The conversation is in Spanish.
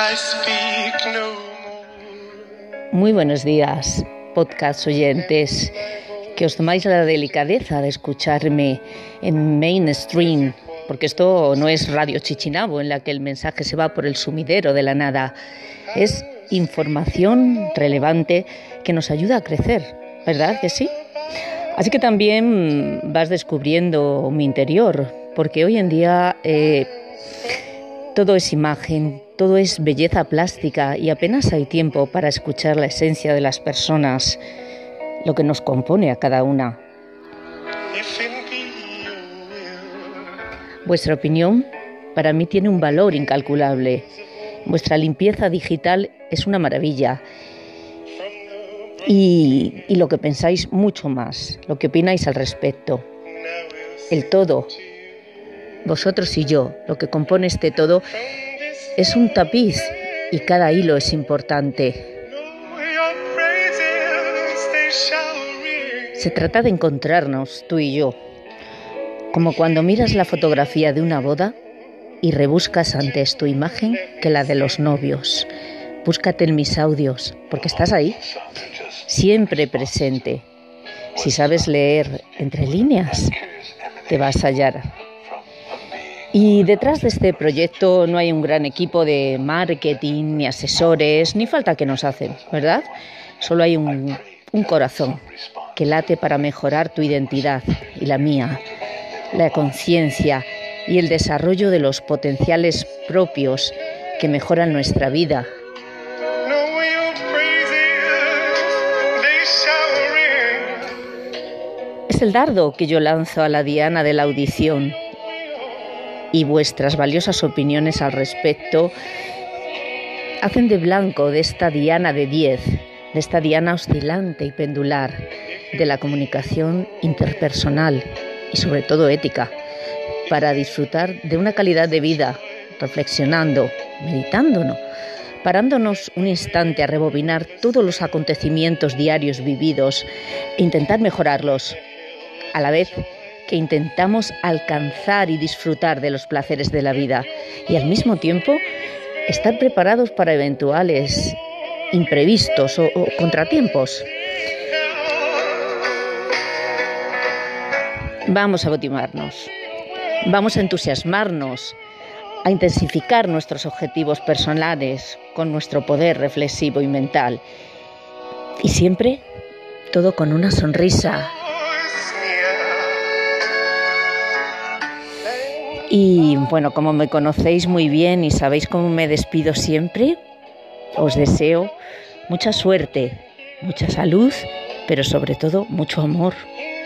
Muy buenos días, podcast oyentes, que os tomáis la delicadeza de escucharme en Mainstream, porque esto no es Radio Chichinabo en la que el mensaje se va por el sumidero de la nada. Es información relevante que nos ayuda a crecer, ¿verdad que sí? Así que también vas descubriendo mi interior, porque hoy en día todo es imagen, todo es belleza plástica y apenas hay tiempo para escuchar la esencia de las personas, lo que nos compone a cada una. Vuestra opinión para mí tiene un valor incalculable. Vuestra limpieza digital es una maravilla. Y lo que pensáis mucho más, lo que opináis al respecto. El todo, vosotros y yo, lo que compone este todo, es un tapiz y cada hilo es importante. Se trata de encontrarnos, tú y yo, como cuando miras la fotografía de una boda y rebuscas antes tu imagen que la de los novios. Búscate en mis audios, porque estás ahí, siempre presente. Si sabes leer entre líneas, te vas a hallar. Y detrás de este proyecto no hay un gran equipo de marketing, ni asesores, ni falta que nos hacen, ¿verdad? Solo hay un corazón que late para mejorar tu identidad y la mía, la conciencia y el desarrollo de los potenciales propios que mejoran nuestra vida. Es el dardo que yo lanzo a la diana de la audición y vuestras valiosas opiniones al respecto hacen de blanco de esta diana de 10, de esta diana oscilante y pendular de la comunicación interpersonal y sobre todo ética, para disfrutar de una calidad de vida, reflexionando, meditándonos, parándonos un instante a rebobinar todos los acontecimientos diarios vividos e intentar mejorarlos, a la vez que intentamos alcanzar y disfrutar de los placeres de la vida y al mismo tiempo estar preparados para eventuales imprevistos o contratiempos. Vamos a motivarnos, vamos a entusiasmarnos, a intensificar nuestros objetivos personales con nuestro poder reflexivo y mental. Y siempre todo con una sonrisa. Y bueno, como me conocéis muy bien y sabéis cómo me despido siempre, os deseo mucha suerte, mucha salud, pero sobre todo mucho amor.